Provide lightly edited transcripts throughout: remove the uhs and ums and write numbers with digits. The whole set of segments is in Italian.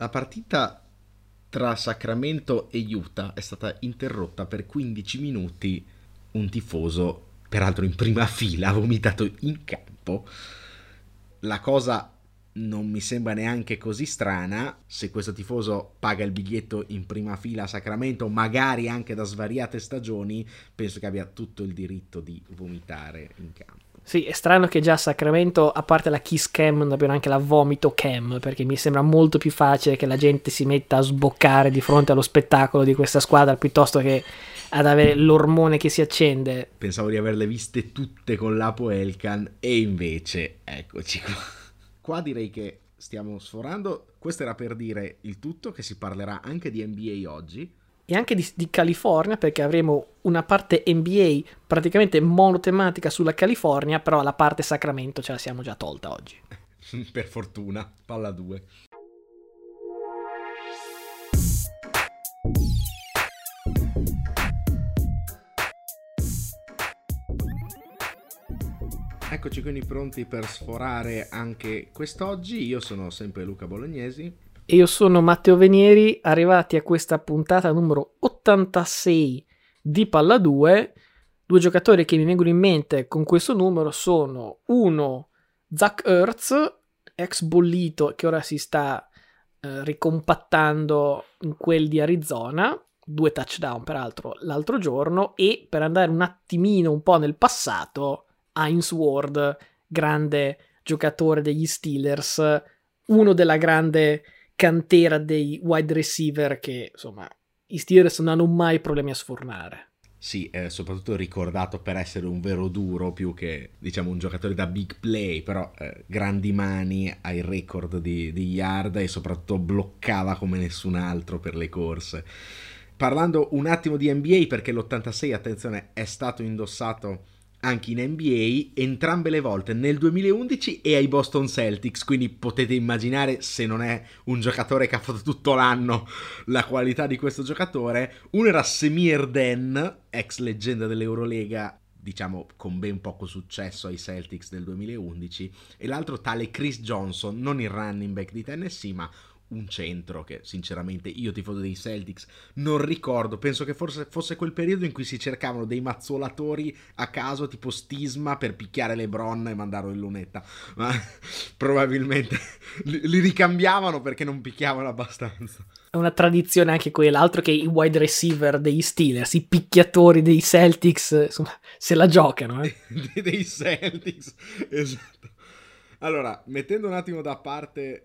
La partita tra Sacramento e Utah è stata interrotta per 15 minuti. Un tifoso, peraltro in prima fila, ha vomitato in campo. La cosa non mi sembra neanche così strana. Se questo tifoso paga il biglietto in prima fila a Sacramento, magari anche da svariate stagioni, penso che abbia tutto il diritto di vomitare in campo. Sì, è strano che già a Sacramento, a parte la kiss cam, non abbiano anche la vomito cam, perché mi sembra molto più facile che la gente si metta a sboccare di fronte allo spettacolo di questa squadra piuttosto che ad avere l'ormone che si accende. Pensavo di averle viste tutte con l'Apo Elkan e invece eccoci qua. Qua direi che stiamo sforando. Questo era per dire il tutto, che si parlerà anche di NBA oggi. E anche di California, perché avremo una parte NBA praticamente monotematica sulla California, però la parte Sacramento ce la siamo già tolta oggi. Per fortuna, palla 2. Eccoci quindi pronti per sforare anche quest'oggi. Io sono sempre Luca Bolognesi. E io sono Matteo Venieri, arrivati a questa puntata numero 86 di Palla 2. Due giocatori che mi vengono in mente con questo numero sono uno, Zach Ertz, ex bollito che ora si sta ricompattando in quel di Arizona, 2 touchdown peraltro l'altro giorno, e per andare un attimino un po' nel passato, Hines Ward, grande giocatore degli Steelers, uno della grande cantera dei wide receiver che insomma i Steelers non hanno mai problemi a sfornare. Sì, soprattutto ricordato per essere un vero duro più che diciamo un giocatore da big play, però grandi mani, ha il record di yard e soprattutto bloccava come nessun altro per le corse. Parlando un attimo di NBA, perché l'86, attenzione, è stato indossato anche in NBA, entrambe le volte nel 2011 e ai Boston Celtics, quindi potete immaginare, se non è un giocatore che ha fatto tutto l'anno, la qualità di questo giocatore. Uno era Semir Den, ex leggenda dell'Eurolega, diciamo con ben poco successo ai Celtics del 2011, e l'altro tale Chris Johnson, non il running back di Tennessee, ma un centro che sinceramente io, tifoso dei Celtics, non ricordo. Penso che forse fosse quel periodo in cui si cercavano dei mazzolatori a caso tipo Stisma per picchiare LeBron e mandarlo in lunetta, ma probabilmente li ricambiavano perché non picchiavano abbastanza. È una tradizione anche quella, altro che i wide receiver degli Steelers, i picchiatori dei Celtics, insomma, se la giocano. Dei Celtics, esatto. Allora, mettendo un attimo da parte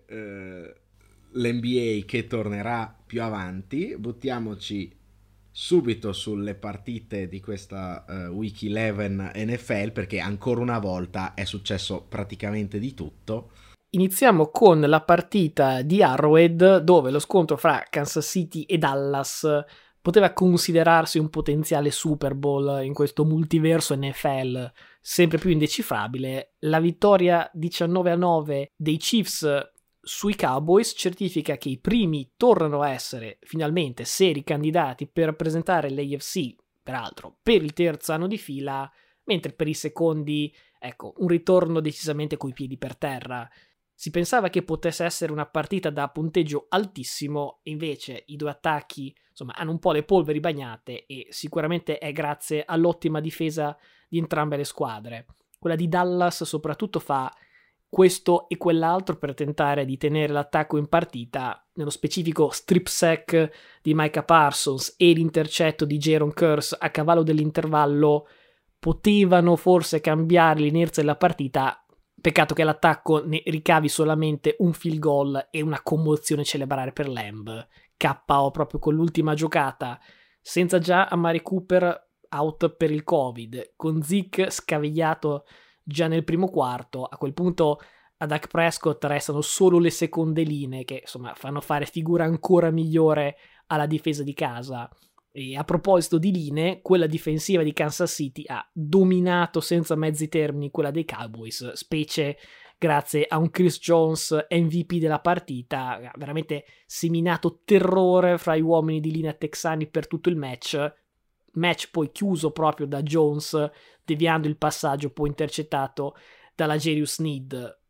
l'NBA che tornerà più avanti, buttiamoci subito sulle partite di questa Week 11 NFL, perché ancora una volta è successo praticamente di tutto. Iniziamo con la partita di Arrowhead, dove lo scontro fra Kansas City e Dallas poteva considerarsi un potenziale Super Bowl in questo multiverso NFL sempre più indecifrabile. La vittoria 19-9 dei Chiefs sui Cowboys certifica che i primi tornano a essere finalmente seri candidati per rappresentare l'AFC, peraltro per il terzo anno di fila, mentre per i secondi, ecco, un ritorno decisamente coi piedi per terra. Si pensava che potesse essere una partita da punteggio altissimo, invece i due attacchi insomma hanno un po' le polveri bagnate e sicuramente è grazie all'ottima difesa di entrambe le squadre. Quella di Dallas soprattutto fa questo e quell'altro per tentare di tenere l'attacco in partita, nello specifico strip sack di Micah Parsons e l'intercetto di Jaron Kearse a cavallo dell'intervallo potevano forse cambiare l'inerzia della partita. Peccato che l'attacco ne ricavi solamente un field goal e una commozione cerebrale per Lamb, KO proprio con l'ultima giocata, senza già Amari Cooper out per il Covid, con Zeke scavigliato già nel primo quarto. A quel punto a Dak Prescott restano solo le seconde linee che insomma fanno fare figura ancora migliore alla difesa di casa. E a proposito di linee, quella difensiva di Kansas City ha dominato senza mezzi termini quella dei Cowboys, specie grazie a un Chris Jones MVP della partita, ha veramente seminato terrore fra gli uomini di linea texani per tutto il match poi chiuso proprio da Jones, deviando il passaggio poi intercettato dalla Jarius Sneed.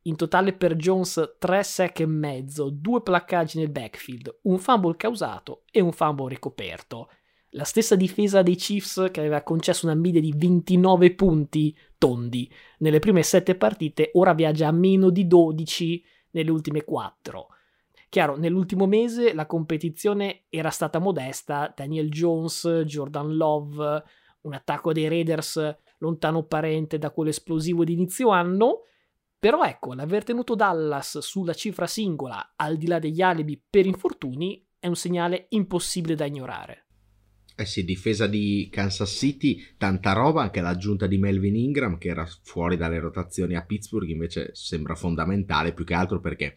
In totale per Jones 3 sack e mezzo, 2 placcaggi nel backfield, un fumble causato e un fumble ricoperto. La stessa difesa dei Chiefs, che aveva concesso una media di 29 punti tondi nelle prime 7 partite, ora viaggia a meno di 12 nelle ultime 4. Chiaro, nell'ultimo mese la competizione era stata modesta, Daniel Jones, Jordan Love, un attacco dei Raiders lontano parente da quello esplosivo di inizio anno, però ecco, l'aver tenuto Dallas sulla cifra singola, al di là degli alibi per infortuni, è un segnale impossibile da ignorare. Eh sì, difesa di Kansas City, tanta roba, anche l'aggiunta di Melvin Ingram che era fuori dalle rotazioni a Pittsburgh invece sembra fondamentale, più che altro perché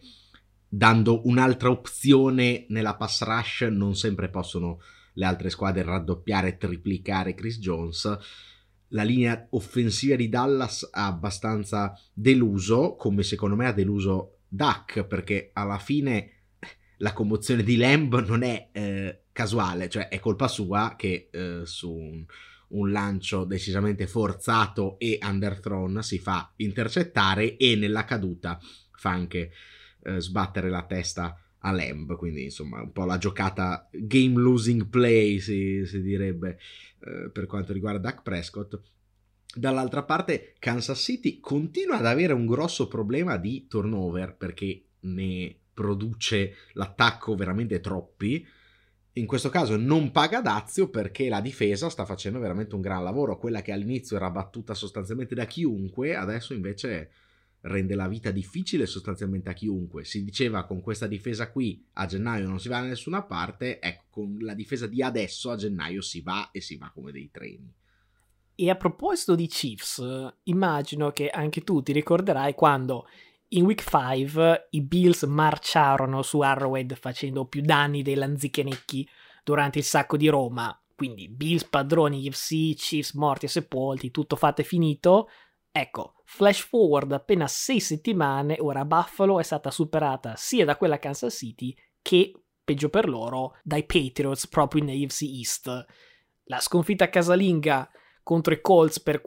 dando un'altra opzione nella pass rush non sempre possono le altre squadre raddoppiare e triplicare Chris Jones. La linea offensiva di Dallas ha abbastanza deluso, come secondo me ha deluso Dak, perché alla fine la commozione di Lamb non è casuale, cioè è colpa sua che su un lancio decisamente forzato e underthrown si fa intercettare e nella caduta fa anche sbattere la testa a Lamb, quindi insomma un po' la giocata game losing play si direbbe per quanto riguarda Dak Prescott. Dall'altra parte Kansas City continua ad avere un grosso problema di turnover perché ne produce l'attacco veramente troppi. In questo caso non paga dazio perché la difesa sta facendo veramente un gran lavoro, quella che all'inizio era battuta sostanzialmente da chiunque adesso invece rende la vita difficile sostanzialmente a chiunque. Si diceva con questa difesa qui a gennaio non si va da nessuna parte, ecco, con la difesa di adesso a gennaio si va e si va come dei treni. E a proposito di Chiefs, immagino che anche tu ti ricorderai quando in Week 5 i Bills marciarono su Arrowhead facendo più danni dei lanzichenecchi durante il sacco di Roma, quindi Bills padroni UFC, Chiefs morti e sepolti, tutto fatto e finito. Ecco, flash forward appena 6 settimane, ora Buffalo è stata superata sia da quella Kansas City che, peggio per loro, dai Patriots proprio in AFC East. La sconfitta casalinga contro i Colts per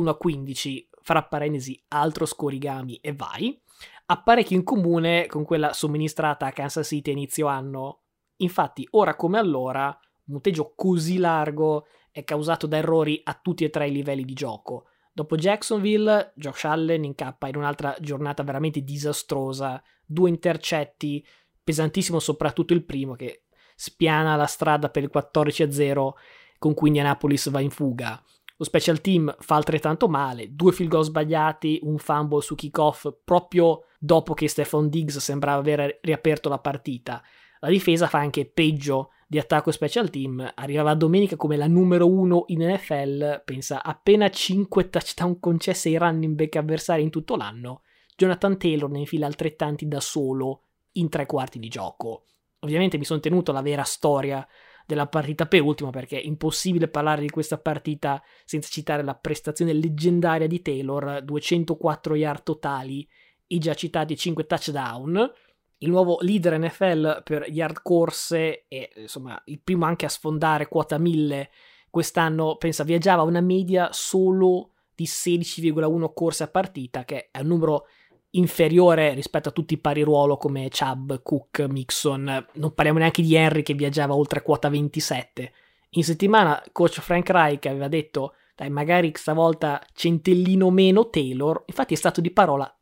41-15, fra parentesi altro scorigami e vai, ha parecchio in comune con quella somministrata a Kansas City a inizio anno. Infatti, ora come allora, un punteggio così largo è causato da errori a tutti e tre i livelli di gioco. Dopo Jacksonville, Josh Allen incappa in un'altra giornata veramente disastrosa, 2 intercetti, pesantissimo soprattutto il primo che spiana la strada per il 14-0 con cui Indianapolis va in fuga. Lo special team fa altrettanto male, 2 field goal sbagliati, un fumble su kickoff proprio dopo che Stephon Diggs sembrava aver riaperto la partita. La difesa fa anche peggio di attacco e special team, arrivava domenica come la numero 1 in NFL, pensa appena 5 touchdown concesse ai running back avversari in tutto l'anno, Jonathan Taylor ne infila altrettanti da solo in 3 quarti di gioco. Ovviamente mi sono tenuto la vera storia della partita per ultimo perché è impossibile parlare di questa partita senza citare la prestazione leggendaria di Taylor, 204 yard totali e già citati 5 touchdown, il nuovo leader NFL per yard corse e insomma il primo anche a sfondare quota 1000 quest'anno, pensa viaggiava a una media solo di 16,1 corse a partita, che è un numero inferiore rispetto a tutti i pari ruolo come Chubb, Cook, Mixon. Non parliamo neanche di Henry che viaggiava oltre quota 27. In settimana coach Frank Reich aveva detto dai magari stavolta centellino meno Taylor, infatti è stato di parola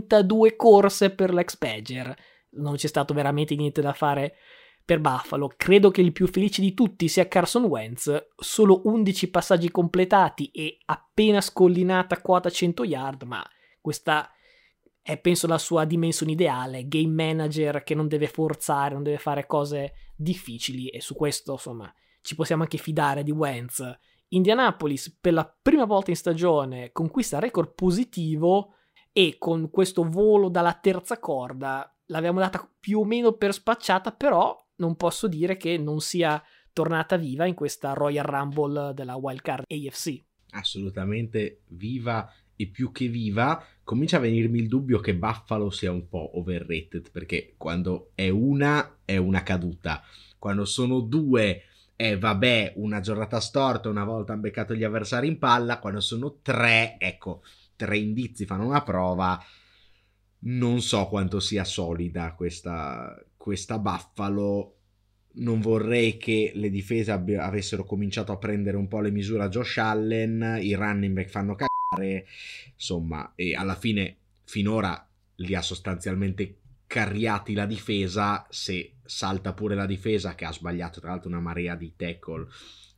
32 corse per l'ex Badger. Non c'è stato veramente niente da fare per Buffalo. Credo che il più felice di tutti sia Carson Wentz, solo 11 passaggi completati e appena scollinata quota 100 yard, ma questa è penso la sua dimensione ideale, game manager che non deve forzare, non deve fare cose difficili e su questo insomma ci possiamo anche fidare di Wentz. Indianapolis per la prima volta in stagione conquista record positivo e con questo volo dalla terza corda l'abbiamo data più o meno per spacciata, però non posso dire che non sia tornata viva in questa Royal Rumble della Wildcard AFC. Assolutamente viva e più che viva. Comincia a venirmi il dubbio che Buffalo sia un po' overrated, perché quando è una caduta, quando sono 2 vabbè una giornata storta, una volta han beccato gli avversari in palla, quando sono 3, ecco, 3 indizi fanno una prova, non so quanto sia solida questa Buffalo. Non vorrei che le difese avessero cominciato a prendere un po' le misure a Josh Allen, i running back fanno cagare, insomma, e alla fine finora li ha sostanzialmente carriati la difesa. Se salta pure la difesa, che ha sbagliato tra l'altro una marea di tackle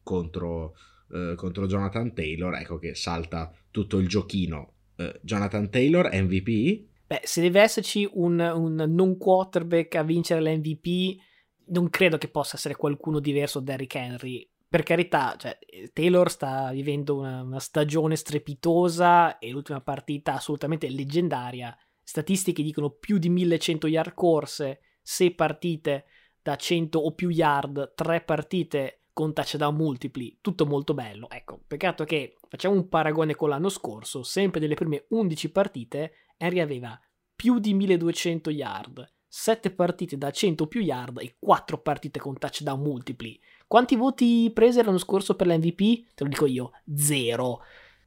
contro Jonathan Taylor, ecco che salta tutto il giochino. Jonathan Taylor MVP? Beh, se deve esserci un non quarterback a vincere l'MVP, non credo che possa essere qualcuno diverso da Derrick Henry. Per carità, cioè, Taylor sta vivendo una stagione strepitosa e l'ultima partita assolutamente leggendaria. Statistiche dicono più di 1100 yard corse, 6 partite da 100 o più yard, 3 partite con touchdown multipli, tutto molto bello. Ecco, peccato che facciamo un paragone con l'anno scorso, sempre nelle prime 11 partite Henry aveva più di 1200 yard, 7 partite da 100 o più yard e 4 partite con touchdown multipli. Quanti voti prese l'anno scorso per l'MVP? Te lo dico io, 0.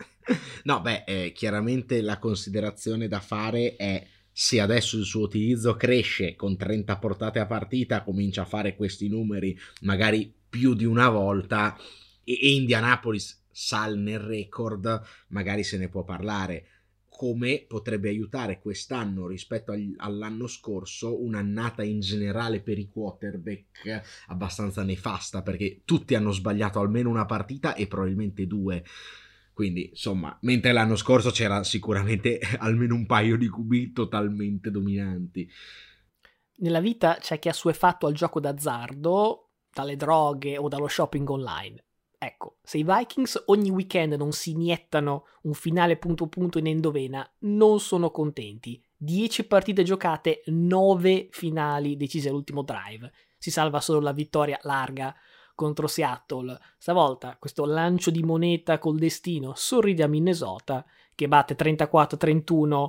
No, beh, chiaramente la considerazione da fare è: se adesso il suo utilizzo cresce con 30 portate a partita, comincia a fare questi numeri magari più di una volta, e Indianapolis sale nel record, magari se ne può parlare. Come potrebbe aiutare quest'anno rispetto all'anno scorso un'annata in generale per i quarterback abbastanza nefasta, perché tutti hanno sbagliato almeno una partita e probabilmente 2. Quindi, insomma, mentre l'anno scorso c'era sicuramente almeno un paio di QB totalmente dominanti. Nella vita c'è chi ha assuefatto al gioco d'azzardo, dalle droghe o dallo shopping online. Ecco, se i Vikings ogni weekend non si iniettano un finale punto punto in endovena, non sono contenti. 10 partite giocate, 9 finali decise all'ultimo drive. Si salva solo la vittoria larga contro Seattle. Stavolta questo lancio di moneta col destino sorride a Minnesota, che batte 34-31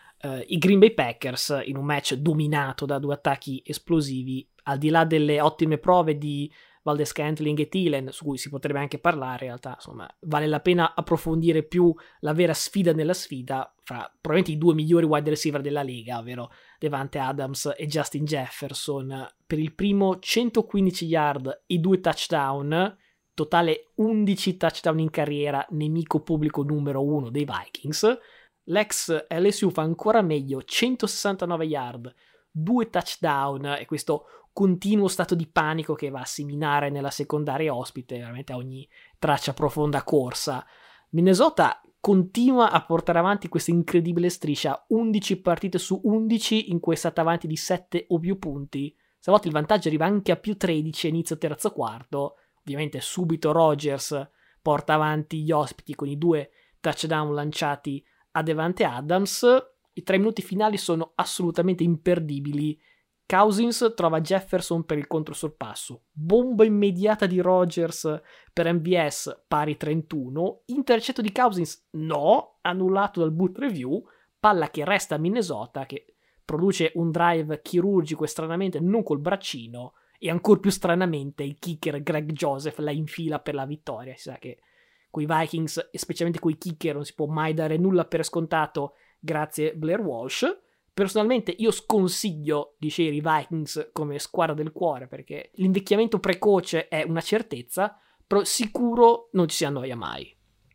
i Green Bay Packers in un match dominato da 2 attacchi esplosivi. Al di là delle ottime prove di Valdes-Scantling e Thielen, su cui si potrebbe anche parlare, in realtà insomma vale la pena approfondire più la vera sfida nella sfida fra probabilmente i 2 migliori wide receiver della Lega, ovvero Devante Adams e Justin Jefferson. Per il primo 115 yard e 2 touchdown, totale 11 touchdown in carriera, nemico pubblico numero 1 dei Vikings. L'ex LSU fa ancora meglio, 169 yard, 2 touchdown, e questo continuo stato di panico che va a seminare nella secondaria ospite, veramente a ogni traccia profonda corsa. Minnesota continua a portare avanti questa incredibile striscia, 11 partite su 11 in cui è stata avanti di 7 o più punti. Stavolta il vantaggio arriva anche a più 13 a inizio terzo quarto. Ovviamente subito Rodgers porta avanti gli ospiti con i 2 touchdown lanciati a Devante Adams. I 3 minuti finali sono assolutamente imperdibili. Cousins trova Jefferson per il controsorpasso, bomba immediata di Rodgers per MVS pari 31, intercetto di Cousins no, annullato dal boot review, palla che resta a Minnesota che produce un drive chirurgico e stranamente non col braccino, e ancora più stranamente il kicker Greg Joseph la infila per la vittoria. Si sa che coi Vikings e specialmente coi kicker non si può mai dare nulla per scontato, grazie Blair Walsh. Personalmente io sconsiglio di scegliere i Vikings come squadra del cuore, perché l'invecchiamento precoce è una certezza, però sicuro non ci si annoia mai.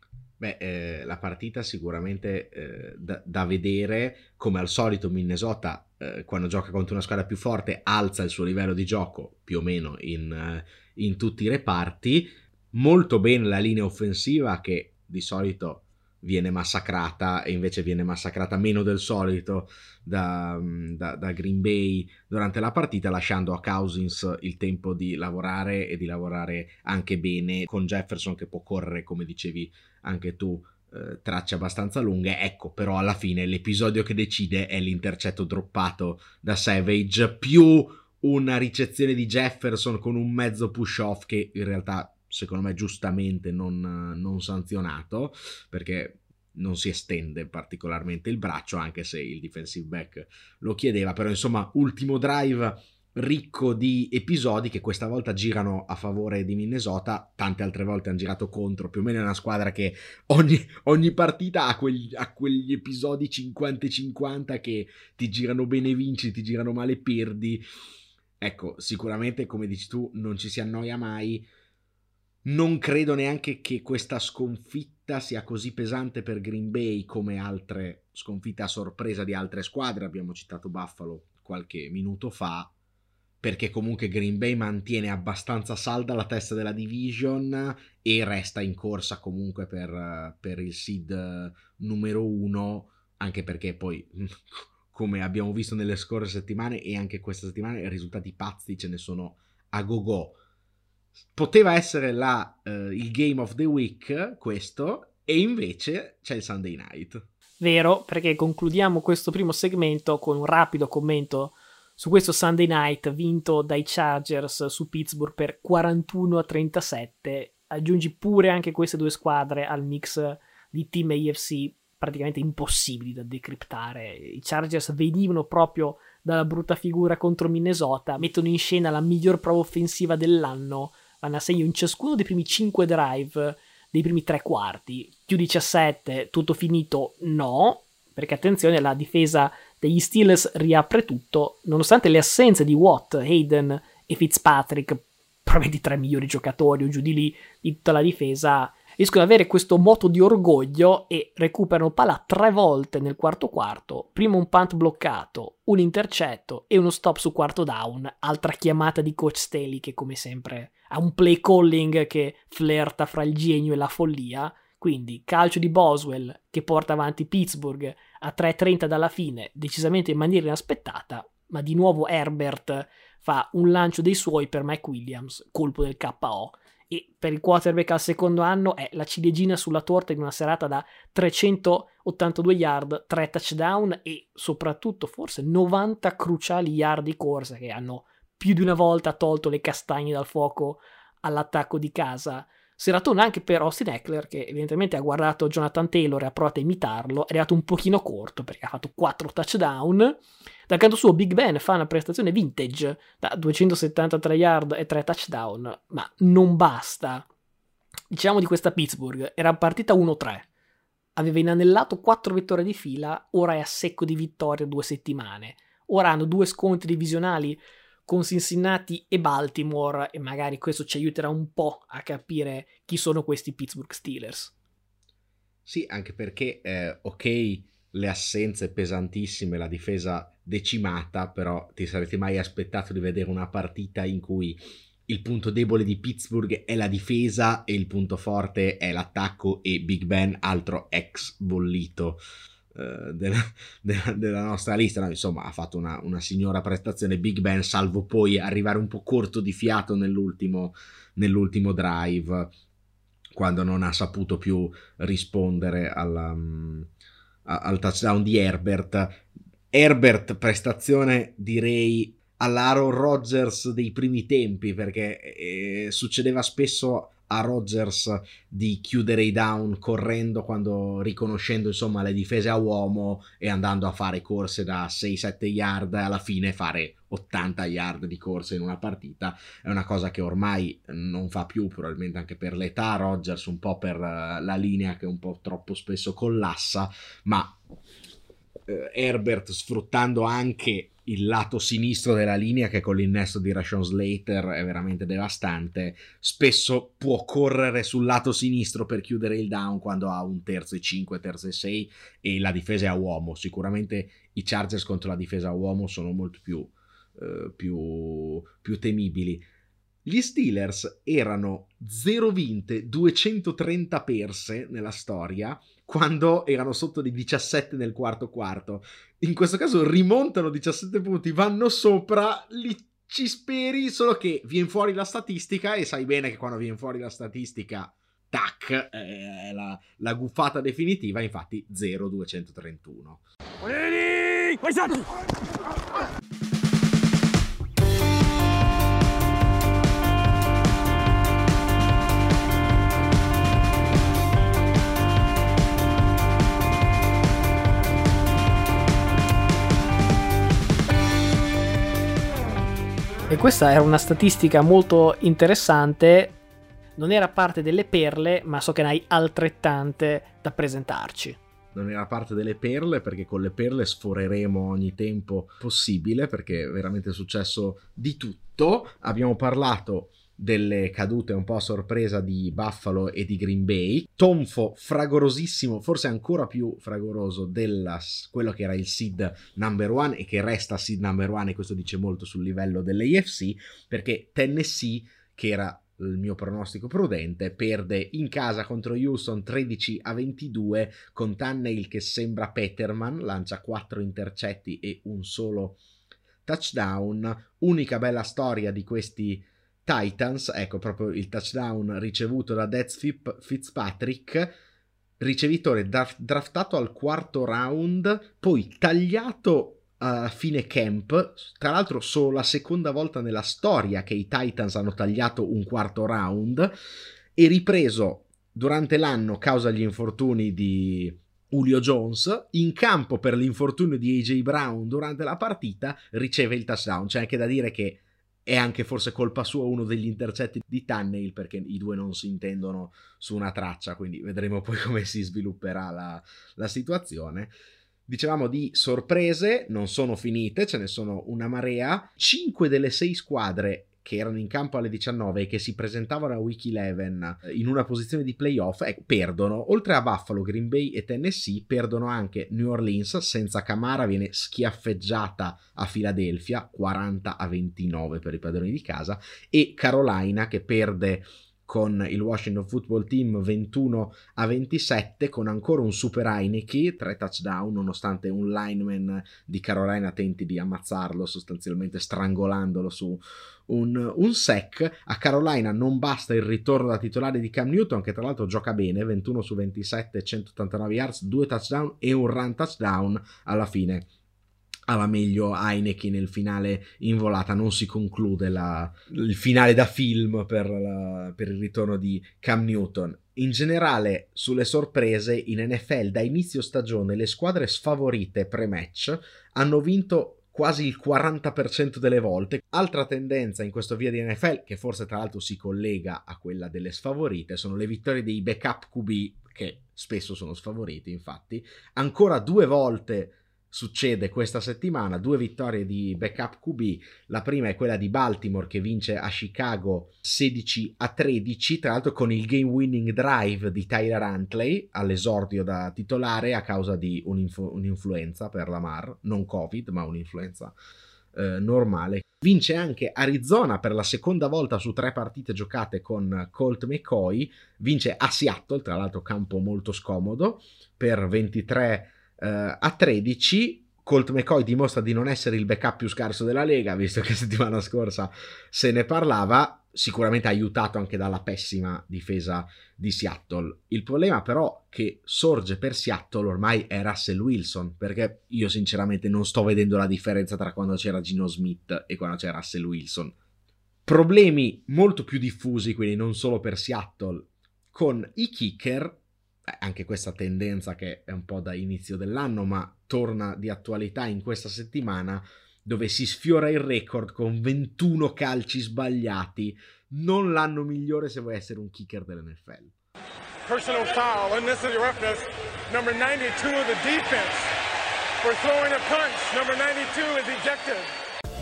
Beh, la partita sicuramente da vedere. Come al solito Minnesota, quando gioca contro una squadra più forte, alza il suo livello di gioco più o meno in tutti i reparti. Molto bene la linea offensiva, che di solito viene massacrata, e invece viene massacrata meno del solito da Green Bay durante la partita, lasciando a Cousins il tempo di lavorare, e di lavorare anche bene, con Jefferson che può correre, come dicevi anche tu, tracce abbastanza lunghe. Ecco, però alla fine l'episodio che decide è l'intercetto droppato da Savage, più una ricezione di Jefferson con un mezzo push off che in realtà secondo me giustamente non sanzionato, perché non si estende particolarmente il braccio, anche se il defensive back lo chiedeva. Però insomma, ultimo drive ricco di episodi che questa volta girano a favore di Minnesota, tante altre volte hanno girato contro. Più o meno è una squadra che ogni partita ha quegli episodi 50-50 che ti girano bene vinci, ti girano male perdi. Ecco, sicuramente come dici tu non ci si annoia mai. Non credo neanche che questa sconfitta sia così pesante per Green Bay come altre sconfitte a sorpresa di altre squadre. Abbiamo citato Buffalo qualche minuto fa, perché comunque Green Bay mantiene abbastanza salda la testa della division e resta in corsa comunque per il seed numero 1, anche perché poi, come abbiamo visto nelle scorse settimane e anche questa settimana, i risultati pazzi ce ne sono a go-go. Poteva essere il Game of the Week questo, e invece c'è il Sunday Night. Vero, perché concludiamo questo primo segmento con un rapido commento su questo Sunday Night vinto dai Chargers su Pittsburgh per 41-37. Aggiungi pure anche queste due squadre al mix di team AFC praticamente impossibili da decriptare. I Chargers venivano proprio dalla brutta figura contro Minnesota, mettono in scena la miglior prova offensiva dell'anno, vanno a segno in ciascuno dei primi 5 drive dei primi 3 quarti, più 17, tutto finito? No, perché attenzione, la difesa degli Steelers riapre tutto, nonostante le assenze di Watt, Hayden e Fitzpatrick, probabilmente i 3 migliori giocatori o giù di lì di tutta la difesa, riescono ad avere questo moto di orgoglio e recuperano palla 3 volte nel quarto quarto, prima un punt bloccato, un intercetto e uno stop su quarto down, altra chiamata di coach Staley che come sempre ha un play calling che flirta fra il genio e la follia. Quindi calcio di Boswell che porta avanti Pittsburgh a 3:30 dalla fine, decisamente in maniera inaspettata, ma di nuovo Herbert fa un lancio dei suoi per Mike Williams, colpo del KO, e per il quarterback al secondo anno è la ciliegina sulla torta in una serata da 382 yard, 3 touchdown e soprattutto forse 90 cruciali yard di corsa che hanno più di una volta tolto le castagne dal fuoco all'attacco di casa. Seratona anche per Austin Eckler, che evidentemente ha guardato Jonathan Taylor e ha provato a imitarlo, è arrivato un pochino corto perché ha fatto 4 touchdown. Dal canto suo Big Ben fa una prestazione vintage da 273 yard e 3 touchdown, ma non basta. Diciamo di questa Pittsburgh, era partita 1-3, aveva inanellato 4 vittorie di fila, ora è a secco di vittorie 2 settimane. Ora hanno 2 scontri divisionali con Cincinnati e Baltimore e magari questo ci aiuterà un po' a capire chi sono questi Pittsburgh Steelers. Sì, anche perché ok, le assenze pesantissime, la difesa decimata, però ti saresti mai aspettato di vedere una partita in cui il punto debole di Pittsburgh è la difesa e il punto forte è l'attacco e Big Ben, altro ex bollito della nostra lista. No, insomma, ha fatto una signora prestazione Big Ben, salvo poi arrivare un po' corto di fiato nell'ultimo drive, quando non ha saputo più rispondere al touchdown di Herbert, prestazione direi all'Aaron Rodgers dei primi tempi, perché succedeva spesso a Rodgers di chiudere i down correndo, quando riconoscendo insomma le difese a uomo e andando a fare corse da 6-7 yard e alla fine fare 80 yard di corsa in una partita. È una cosa che ormai non fa più, probabilmente anche per l'età Rodgers, un po' per la linea che un po' troppo spesso collassa, ma Herbert, sfruttando anche il lato sinistro della linea, che con l'innesto di Rashawn Slater è veramente devastante, spesso può correre sul lato sinistro per chiudere il down quando ha un 3-5, 3-6 e la difesa è a uomo. Sicuramente i Chargers contro la difesa a uomo sono molto più temibili. Gli Steelers erano 0 vinte, 230 perse nella storia quando erano sotto di 17 nel quarto quarto. In questo caso rimontano 17 punti, vanno sopra, li ci speri, solo che viene fuori la statistica e sai bene che quando viene fuori la statistica, tac, è la guffata definitiva, infatti 0-231. questa era una statistica molto interessante, non era parte delle perle, ma so che ne hai altrettante da presentarci. Non era parte delle perle, perché con le perle sforeremo ogni tempo possibile, perché è veramente successo di tutto. Abbiamo parlato delle cadute un po' a sorpresa di Buffalo e di Green Bay, tonfo fragorosissimo, forse ancora più fragoroso quello che era il seed number one e che resta seed number one, e questo dice molto sul livello dell'AFC, perché Tennessee, che era il mio pronostico prudente, perde in casa contro Houston 13-22 con Tannehill che sembra Peterman, lancia 4 intercetti e un solo touchdown. Unica bella storia di questi Titans, ecco proprio il touchdown ricevuto da Dez Fitzpatrick, ricevitore draftato al 4º round, poi tagliato a fine camp, tra l'altro solo la seconda volta nella storia che i Titans hanno tagliato un 4º round, e ripreso durante l'anno causa gli infortuni di Julio Jones. In campo per l'infortunio di AJ Brown durante la partita riceve il touchdown. C'è anche da dire che è anche forse colpa sua uno degli intercetti di Tannehill, perché i due non si intendono su una traccia, quindi vedremo poi come si svilupperà la situazione. Dicevamo di sorprese, non sono finite, ce ne sono una marea. 5 delle 6 squadre che erano in campo alle 19 e che si presentavano a Week 11 in una posizione di playoff perdono. Oltre a Buffalo, Green Bay e Tennessee, perdono anche New Orleans senza Kamara, viene schiaffeggiata a Philadelphia 40-29 per i padroni di casa, e Carolina che perde con il Washington Football Team 21-27 con ancora un super Heineke, 3 touchdown, nonostante un lineman di Carolina tenti di ammazzarlo, sostanzialmente strangolandolo su un sack. A Carolina non basta il ritorno da titolare di Cam Newton, che tra l'altro gioca bene, 21 su 27, 189 yards, 2 touchdown e un run touchdown. Alla fine alla meglio Heineke nel finale in volata, non si conclude il finale da film per il ritorno di Cam Newton. In generale, sulle sorprese in NFL da inizio stagione le squadre sfavorite pre-match hanno vinto quasi il 40% delle volte. Altra tendenza in questo via di NFL, che forse tra l'altro si collega a quella delle sfavorite, sono le vittorie dei backup QB, che spesso sono sfavoriti. Infatti ancora 2 volte succede questa settimana, 2 vittorie di backup QB. La prima è quella di Baltimore che vince a Chicago 16-13, tra l'altro con il game winning drive di Tyler Huntley all'esordio da titolare a causa di un'influenza per Lamar, non Covid ma un'influenza normale. Vince anche Arizona per la seconda volta su 3 partite giocate con Colt McCoy, vince a Seattle, tra l'altro campo molto scomodo, per 23-13. Colt McCoy dimostra di non essere il backup più scarso della Lega, visto che settimana scorsa se ne parlava, sicuramente aiutato anche dalla pessima difesa di Seattle. Il problema però che sorge per Seattle ormai è Russell Wilson, perché io sinceramente non sto vedendo la differenza tra quando c'era Geno Smith e quando c'era Russell Wilson. Problemi molto più diffusi, quindi non solo per Seattle, con i kicker. Anche questa tendenza che è un po' da inizio dell'anno, ma torna di attualità in questa settimana, dove si sfiora il record con 21 calci sbagliati. Non l'anno migliore se vuoi essere un kicker dell'NFL. Personal foul, unnecessary roughness, number 92 of the defense. For throwing a punch, number 92 is ejected.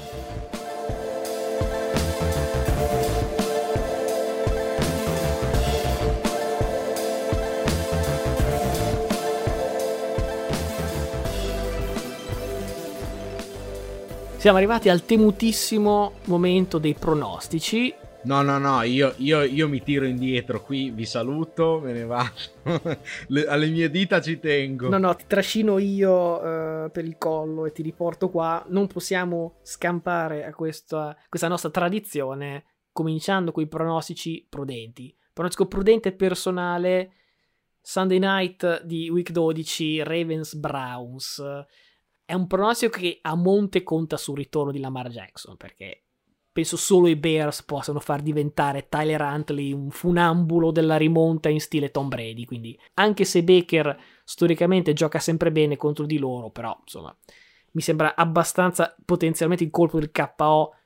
Siamo arrivati al temutissimo momento dei pronostici. No, io mi tiro indietro qui, vi saluto, me ne vado. Alle mie dita ci tengo. No, ti trascino io per il collo e ti riporto qua. Non possiamo scampare a questa nostra tradizione, cominciando con i pronostici prudenti. Pronostico prudente personale, Sunday Night di Week 12, Ravens-Browns. È un pronostico che a monte conta sul ritorno di Lamar Jackson, perché penso solo i Bears possano far diventare Tyler Huntley un funambulo della rimonta in stile Tom Brady, quindi anche se Baker storicamente gioca sempre bene contro di loro, però insomma mi sembra abbastanza potenzialmente il colpo del KO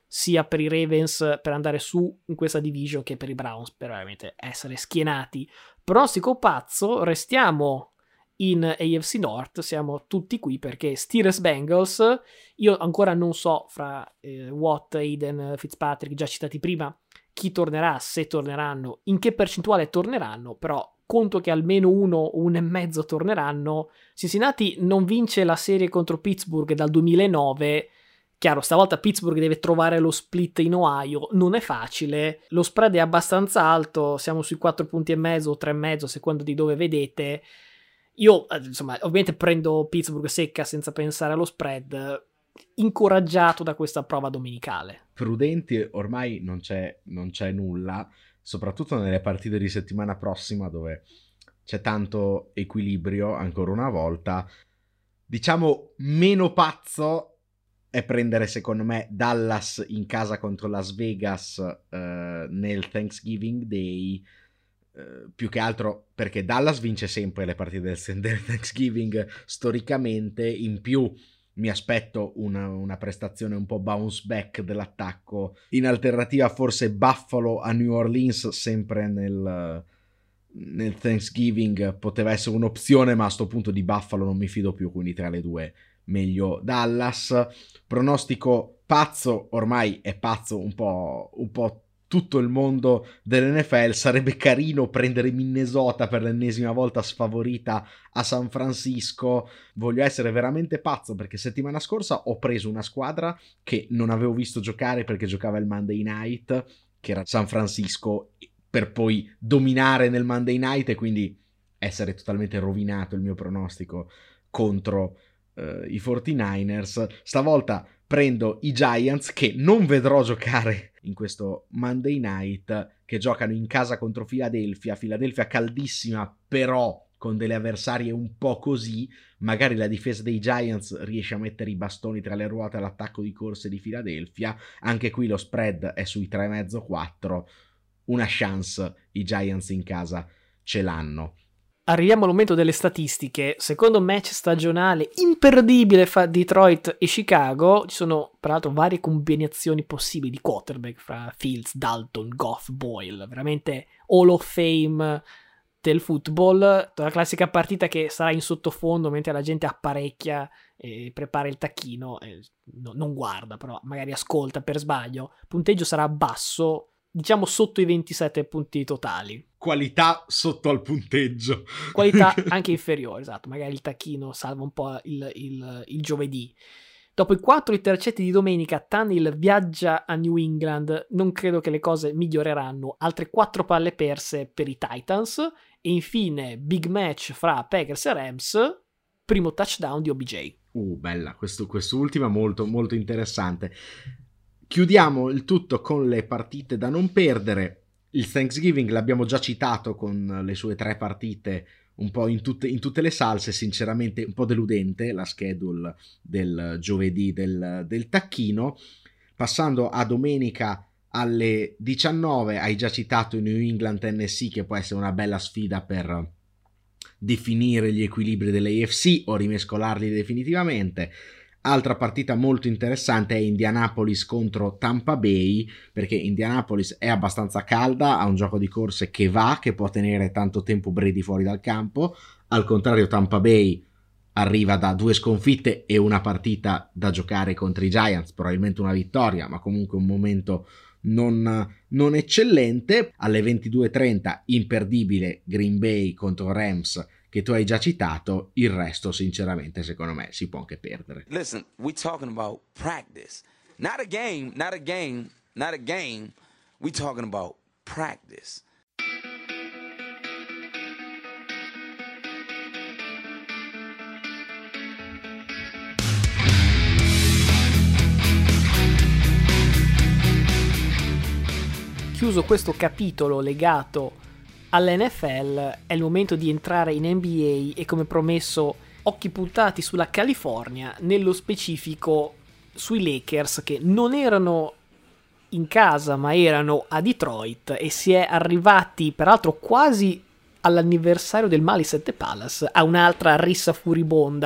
sia per i Ravens per andare su in questa division che per i Browns per veramente essere schienati. Pronostico pazzo, restiamo in AFC North, siamo tutti qui perché Steelers Bengals, io ancora non so fra Watt, Aiden, Fitzpatrick già citati prima chi tornerà, se torneranno, in che percentuale torneranno, però conto che almeno 1,5 torneranno. Cincinnati non vince la serie contro Pittsburgh dal 2009, chiaro, stavolta Pittsburgh deve trovare lo split in Ohio, non è facile, lo spread è abbastanza alto, siamo sui 4,5 punti o 3,5 a seconda di dove vedete. Io, insomma, ovviamente prendo Pittsburgh secca senza pensare allo spread, incoraggiato da questa prova domenicale. Prudenti ormai non c'è nulla, soprattutto nelle partite di settimana prossima dove c'è tanto equilibrio ancora una volta. Diciamo meno pazzo è prendere secondo me Dallas in casa contro Las Vegas nel Thanksgiving Day, più che altro perché Dallas vince sempre le partite del Thanksgiving storicamente, in più mi aspetto una prestazione un po' bounce back dell'attacco, in alternativa forse Buffalo a New Orleans sempre nel Thanksgiving poteva essere un'opzione, ma a sto punto di Buffalo non mi fido più, quindi tra le due meglio Dallas. Pronostico pazzo, ormai è pazzo un po' tutto il mondo dell'NFL, sarebbe carino prendere Minnesota per l'ennesima volta sfavorita a San Francisco. Voglio essere veramente pazzo perché settimana scorsa ho preso una squadra che non avevo visto giocare perché giocava il Monday Night, che era San Francisco, per poi dominare nel Monday Night e quindi essere totalmente rovinato il mio pronostico contro i 49ers. Stavolta prendo i Giants, che non vedrò giocare in questo Monday Night, che giocano in casa contro Philadelphia caldissima, però con delle avversarie un po' così. Magari la difesa dei Giants riesce a mettere i bastoni tra le ruote all'attacco di corse di Philadelphia. Anche qui lo spread è sui 3,5-4, una chance i Giants in casa ce l'hanno. Arriviamo al momento delle statistiche. Secondo match stagionale imperdibile fra Detroit e Chicago. Ci sono peraltro varie combinazioni possibili di quarterback fra Fields, Dalton, Goff, Boyle, veramente Hall of Fame del football. La classica partita che sarà in sottofondo mentre la gente apparecchia e prepara il tacchino, non guarda, però magari ascolta per sbaglio. Il punteggio sarà basso, diciamo sotto i 27 punti totali. Qualità sotto al punteggio. Qualità anche inferiore, esatto. Magari il tacchino salva un po' il giovedì. Dopo i 4 intercetti di domenica, Tannehill viaggia a New England. Non credo che le cose miglioreranno. Altre 4 palle perse per i Titans. E infine, big match fra Packers e Rams. Primo touchdown di OBJ. Bella. Quest'ultima molto, molto interessante. Chiudiamo il tutto con le partite da non perdere. Il Thanksgiving l'abbiamo già citato con le sue 3 partite un po' in tutte le salse, sinceramente un po' deludente la schedule del giovedì del tacchino. Passando a domenica alle 19, hai già citato New England Tennessee, che può essere una bella sfida per definire gli equilibri dell'AFC o rimescolarli definitivamente. Altra partita molto interessante è Indianapolis contro Tampa Bay, perché Indianapolis è abbastanza calda, ha un gioco di corse che può tenere tanto tempo Brady fuori dal campo. Al contrario, Tampa Bay arriva da 2 sconfitte e una partita da giocare contro i Giants, probabilmente una vittoria, ma comunque un momento non eccellente. Alle 22:30 imperdibile Green Bay contro Rams, che tu hai già citato. Il resto sinceramente secondo me si può anche perdere. Listen, we talking about practice, not a game. We talking about practice. Chiuso questo capitolo legato all'NFL, è il momento di entrare in NBA e, come promesso, occhi puntati sulla California, nello specifico sui Lakers, che non erano in casa ma erano a Detroit, e si è arrivati peraltro quasi all'anniversario del Malice at the Palace a un'altra rissa furibonda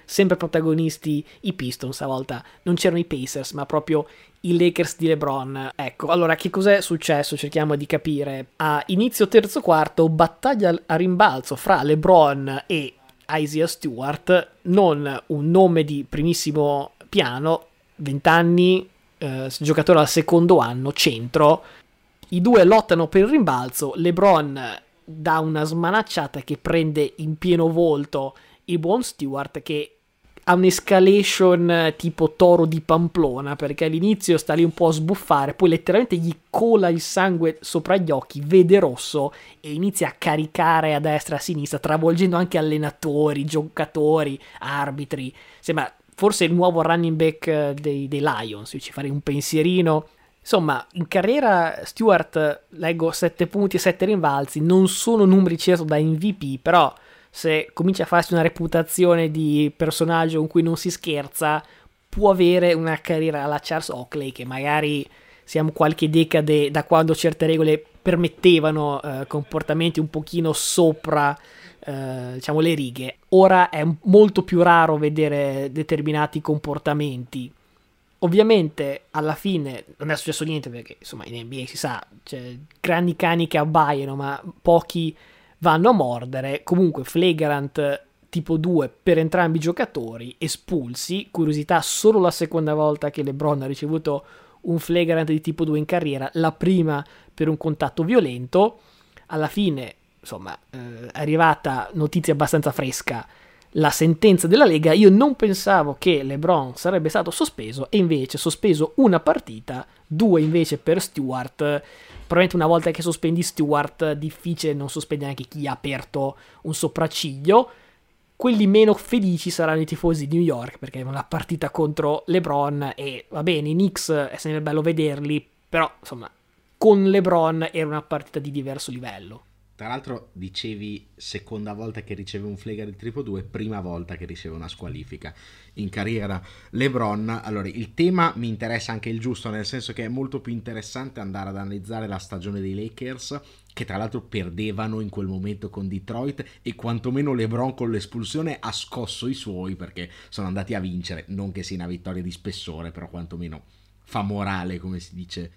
sempre protagonisti i Pistons, stavolta non c'erano i Pacers ma proprio i Lakers di LeBron. Ecco, allora che cos'è successo? Cerchiamo di capire. A inizio terzo quarto, battaglia a rimbalzo fra LeBron e Isaiah Stewart, non un nome di primissimo piano, 20 anni, giocatore al secondo anno, centro. I due lottano per il rimbalzo, LeBron dà una smanacciata che prende in pieno volto il buon Stewart, che ha un'escalation tipo toro di Pamplona, perché all'inizio sta lì un po' a sbuffare, poi letteralmente gli cola il sangue sopra gli occhi, vede rosso e inizia a caricare a destra e a sinistra, travolgendo anche allenatori, giocatori, arbitri. Sembra forse il nuovo running back dei Lions, io ci farei un pensierino. Insomma, in carriera Stewart, leggo 7 punti e 7 rimbalzi, non sono numeri certo da MVP, però se comincia a farsi una reputazione di personaggio con cui non si scherza, può avere una carriera alla Charles Oakley, che magari siamo qualche decade da quando certe regole permettevano comportamenti un pochino sopra diciamo le righe. Ora è molto più raro vedere determinati comportamenti. Ovviamente alla fine non è successo niente, perché insomma in NBA si sa, cioè, grandi cani che abbaiano ma pochi vanno a mordere. Comunque flagrant tipo 2 per entrambi i giocatori, espulsi. Curiosità, solo la seconda volta che LeBron ha ricevuto un flagrant di tipo 2 in carriera, la prima per un contatto violento. Alla fine insomma è arrivata notizia abbastanza fresca, la sentenza della Lega. Io non pensavo che LeBron sarebbe stato sospeso, e invece sospeso una partita, 2 invece per Stewart. Probabilmente una volta che sospendi Stewart, difficile non sospendere anche chi ha aperto un sopracciglio. Quelli meno felici saranno i tifosi di New York, perché è una partita contro LeBron, e va bene, i Knicks è sempre bello vederli, però insomma con LeBron era una partita di diverso livello. Tra l'altro dicevi seconda volta che riceve un flagrant di triplo 2, prima volta che riceve una squalifica in carriera LeBron. Allora, il tema mi interessa anche il giusto, nel senso che è molto più interessante andare ad analizzare la stagione dei Lakers, che tra l'altro perdevano in quel momento con Detroit, e quantomeno LeBron con l'espulsione ha scosso i suoi, perché sono andati a vincere, non che sia una vittoria di spessore, però quantomeno fa morale, come si dice.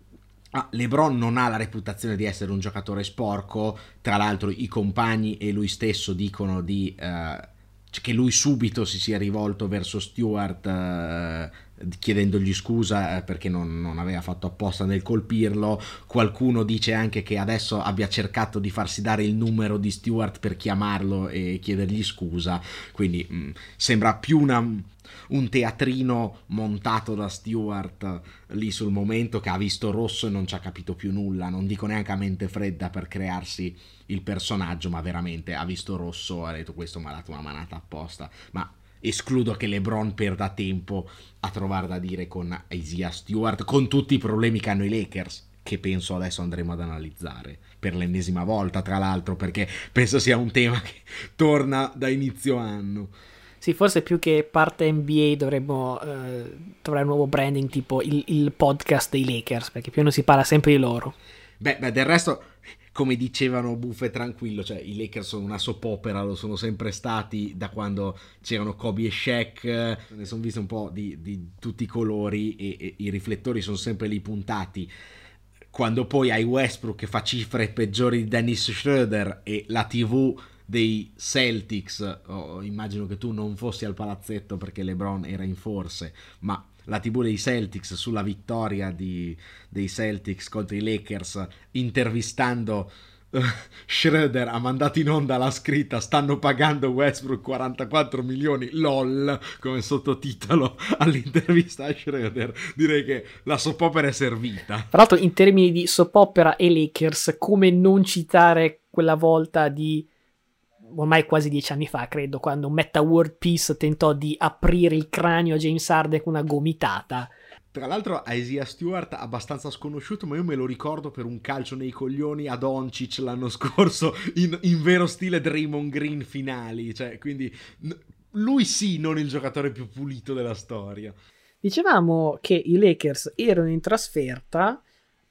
LeBron non ha la reputazione di essere un giocatore sporco, tra l'altro i compagni e lui stesso dicono che lui subito si sia rivolto verso Stewart chiedendogli scusa perché non aveva fatto apposta nel colpirlo. Qualcuno dice anche che adesso abbia cercato di farsi dare il numero di Stewart per chiamarlo e chiedergli scusa, quindi sembra più un teatrino montato da Stewart lì sul momento, che ha visto rosso e non ci ha capito più nulla. Non dico neanche a mente fredda per crearsi il personaggio, ma veramente ha visto rosso, ha detto questo mi ha dato una manata apposta. Ma escludo che LeBron perda tempo a trovare da dire con Isaiah Stewart, con tutti i problemi che hanno i Lakers, che penso adesso andremo ad analizzare per l'ennesima volta, tra l'altro, perché penso sia un tema che torna da inizio anno. Sì, forse più che parte NBA dovremmo trovare un nuovo branding, tipo il podcast dei Lakers, perché più o meno si parla sempre di loro. Beh, del resto, come dicevano Buffo e Tranquillo, cioè i Lakers sono una soap opera, lo sono sempre stati da quando c'erano Kobe e Shaq, ne sono visti un po' di tutti i colori, e i riflettori sono sempre lì puntati. Quando poi hai Westbrook che fa cifre peggiori di Dennis Schroeder, e la TV dei Celtics, immagino che tu non fossi al palazzetto perché LeBron era in forze, ma la TV dei Celtics sulla vittoria dei Celtics contro i Lakers, intervistando Schroeder, ha mandato in onda la scritta "stanno pagando Westbrook 44 milioni lol" come sottotitolo all'intervista a Schroeder. Direi che la soap opera è servita. Tra l'altro, in termini di soap opera e Lakers, come non citare quella volta di ormai quasi 10 anni fa, credo, quando Metta World Peace tentò di aprire il cranio a James Harden con una gomitata. Tra l'altro Isaiah Stewart abbastanza sconosciuto, ma io me lo ricordo per un calcio nei coglioni a Doncic l'anno scorso, in vero stile Draymond Green finali, cioè, quindi lui sì, non il giocatore più pulito della storia. Dicevamo che i Lakers erano in trasferta.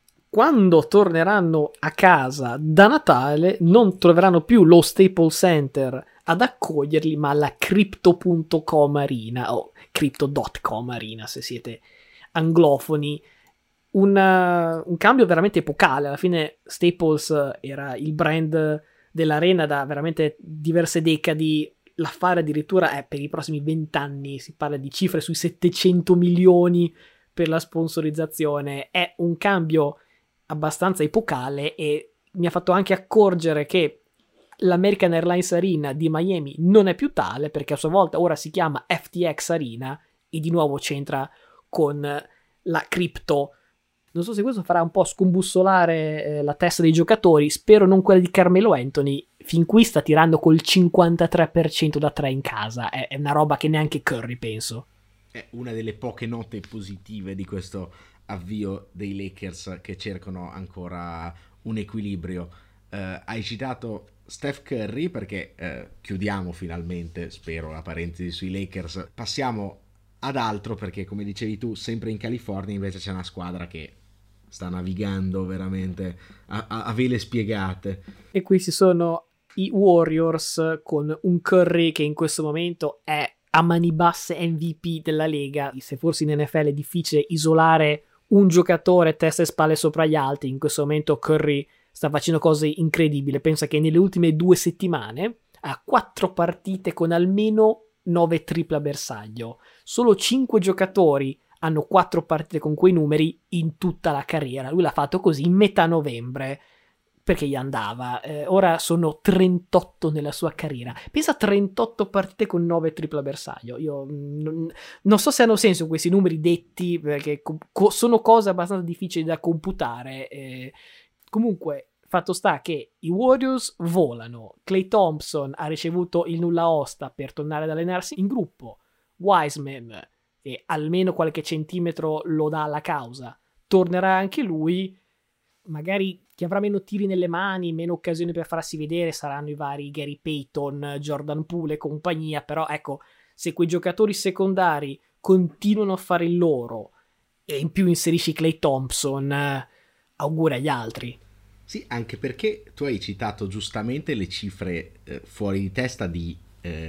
Quando torneranno a casa da Natale non troveranno più lo Staples Center ad accoglierli, ma alla Crypto.com Arena, o Crypto.com Arena se siete anglofoni. Un cambio veramente epocale. Alla fine Staples era il brand dell'arena da veramente diverse decadi. L'affare addirittura è per i prossimi 20 anni, si parla di cifre sui 700 milioni per la sponsorizzazione. È un cambio abbastanza epocale e mi ha fatto anche accorgere che l'American Airlines Arena di Miami non è più tale, perché a sua volta ora si chiama FTX Arena e di nuovo c'entra con la cripto. Non so se questo farà un po' scombussolare la testa dei giocatori, spero non quella di Carmelo Anthony, fin qui sta tirando col 53% da 3 in casa, è una roba che neanche Curry, penso. È una delle poche note positive di questo avvio dei Lakers che cercano ancora un equilibrio. Hai citato Steph Curry perché chiudiamo finalmente, spero, la parentesi sui Lakers. Passiamo ad altro perché, come dicevi tu, sempre in California invece c'è una squadra che sta navigando veramente a vele spiegate. E qui ci sono i Warriors con un Curry che in questo momento è a mani basse MVP della Lega. Se forse in NFL è difficile isolare un giocatore testa e spalle sopra gli altri, in questo momento Curry sta facendo cose incredibili. Pensa che nelle ultime 2 settimane ha 4 partite con almeno 9 triple a bersaglio. Solo 5 giocatori hanno 4 partite con quei numeri in tutta la carriera. Lui l'ha fatto così in metà novembre perché gli andava. Ora sono 38 nella sua carriera. Pensa a 38 partite con 9 triple a bersaglio. Io non so se hanno senso questi numeri detti, perché sono cose abbastanza difficili da computare. Comunque, fatto sta che i Warriors volano. Klay Thompson ha ricevuto il nulla osta per tornare ad allenarsi in gruppo. Wiseman, che almeno qualche centimetro lo dà alla causa, tornerà anche lui. Magari chi avrà meno tiri nelle mani, meno occasioni per farsi vedere saranno i vari Gary Payton, Jordan Poole e compagnia, però ecco, se quei giocatori secondari continuano a fare il loro e in più inserisci Klay Thompson, auguri agli altri. Sì, anche perché tu hai citato giustamente le cifre fuori di testa di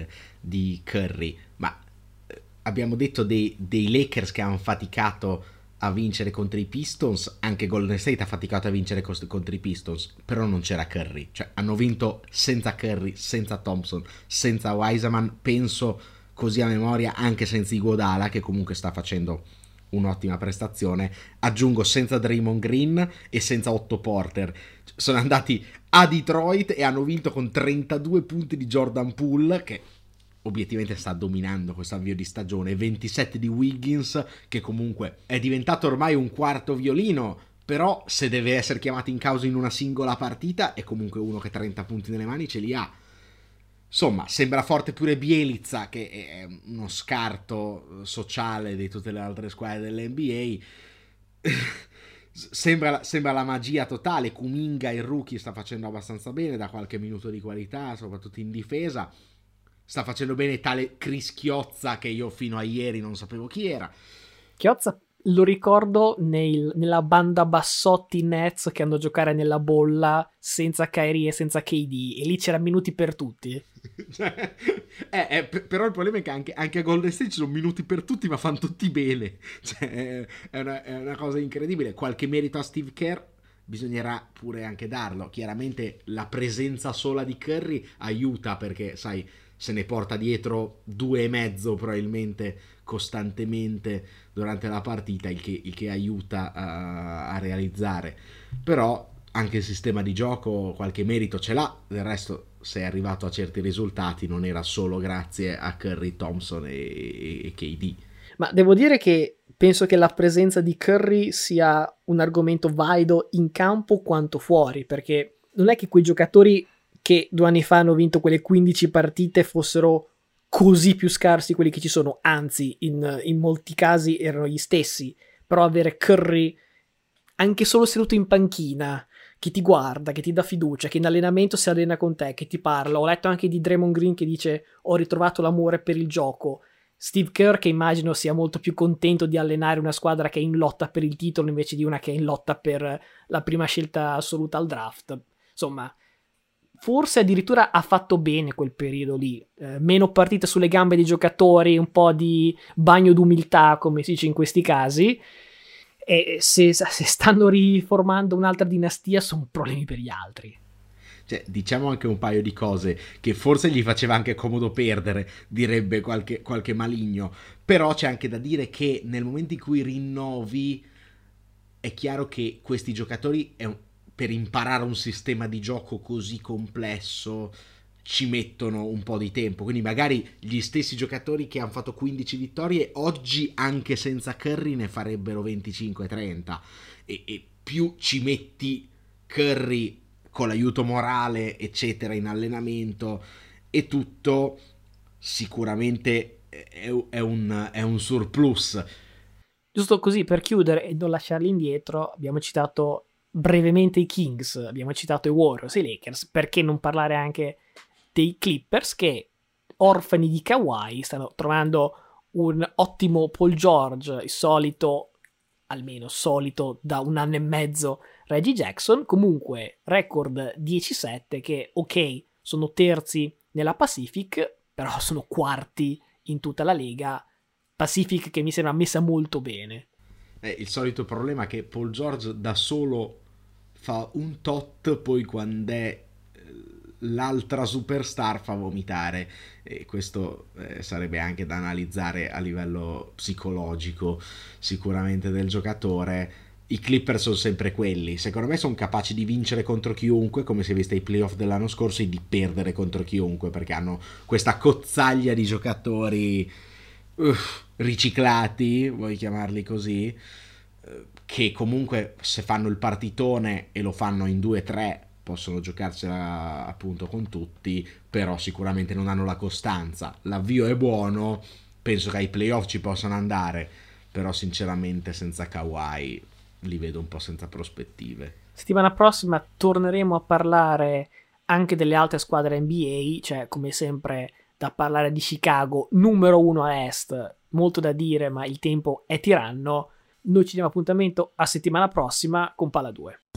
Curry, ma abbiamo detto dei Lakers che hanno faticato a vincere contro i Pistons, anche Golden State ha faticato a vincere contro i Pistons, però non c'era Curry, cioè hanno vinto senza Curry, senza Thompson, senza Wiseman, penso così a memoria, anche senza Iguodala che comunque sta facendo un'ottima prestazione, aggiungo senza Draymond Green e senza Otto Porter. Sono andati a Detroit e hanno vinto con 32 punti di Jordan Poole, che obiettivamente sta dominando questo avvio di stagione, 27 di Wiggins, che comunque è diventato ormai un quarto violino, però se deve essere chiamato in causa in una singola partita è comunque uno che 30 punti nelle mani ce li ha. Insomma, sembra forte pure Bjelica, che è uno scarto sociale di tutte le altre squadre dell'NBA. sembra la magia totale. Kuminga, il rookie, sta facendo abbastanza bene, da qualche minuto di qualità, soprattutto in difesa. Sta facendo bene tale Chris Chiozza, che io fino a ieri non sapevo chi era. Chiozza lo ricordo nella banda Bassotti Nets che andò a giocare nella bolla senza Kyrie e senza KD, e lì c'era minuti per tutti. Però il problema è che anche a Golden State ci sono minuti per tutti, ma fanno tutti bene. Cioè, è una cosa incredibile. Qualche merito a Steve Kerr bisognerà pure anche darlo. Chiaramente la presenza sola di Curry aiuta, perché sai, se ne porta dietro 2,5 probabilmente costantemente durante la partita, il che aiuta a realizzare. Però anche il sistema di gioco qualche merito ce l'ha. Del resto, se è arrivato a certi risultati non era solo grazie a Curry, Thompson e KD. Ma devo dire che penso che la presenza di Curry sia un argomento valido in campo quanto fuori, perché non è che quei giocatori che 2 anni fa hanno vinto quelle 15 partite fossero così più scarsi quelli che ci sono, anzi in molti casi erano gli stessi, però avere Curry anche solo seduto in panchina, che ti guarda, che ti dà fiducia, che in allenamento si allena con te, che ti parla. Ho letto anche di Draymond Green che dice ho ritrovato l'amore per il gioco. Steve Kerr che immagino sia molto più contento di allenare una squadra che è in lotta per il titolo invece di una che è in lotta per la prima scelta assoluta al draft. Insomma, forse addirittura ha fatto bene quel periodo lì, meno partite sulle gambe dei giocatori, un po' di bagno d'umiltà, come si dice in questi casi, e se stanno riformando un'altra dinastia sono problemi per gli altri. Cioè, diciamo anche un paio di cose che forse gli faceva anche comodo perdere, direbbe qualche maligno, però c'è anche da dire che nel momento in cui rinnovi è chiaro che questi giocatori per imparare un sistema di gioco così complesso ci mettono un po' di tempo, quindi magari gli stessi giocatori che hanno fatto 15 vittorie oggi anche senza Curry ne farebbero 25-30 e più ci metti Curry con l'aiuto morale eccetera in allenamento e tutto, sicuramente è un surplus. Giusto così per chiudere e non lasciarli indietro, abbiamo citato brevemente i Kings, abbiamo citato i Warriors e i Lakers, perché non parlare anche dei Clippers che, orfani di Kawhi, stanno trovando un ottimo Paul George, il solito, almeno solito da un anno e mezzo Reggie Jackson, comunque record 10-7 che ok sono terzi nella Pacific, però sono quarti in tutta la Lega, Pacific che mi sembra messa molto bene. Il solito problema è che Paul George da solo fa un tot, poi quando è l'altra superstar fa vomitare, e questo sarebbe anche da analizzare a livello psicologico sicuramente del giocatore. I Clippers sono sempre quelli, secondo me sono capaci di vincere contro chiunque, come si è visto ai playoff dell'anno scorso, e di perdere contro chiunque, perché hanno questa cozzaglia di giocatori riciclati, vuoi chiamarli così, che comunque se fanno il partitone e lo fanno in 2-3 possono giocarsela appunto con tutti, però sicuramente non hanno la costanza. L'avvio è buono, penso che ai playoff ci possano andare, però sinceramente senza Kawhi li vedo un po' senza prospettive. Settimana prossima torneremo a parlare anche delle altre squadre NBA, cioè come sempre da parlare di Chicago, numero 1 a est, molto da dire ma il tempo è tiranno. Noi ci diamo appuntamento a settimana prossima con Palla 2.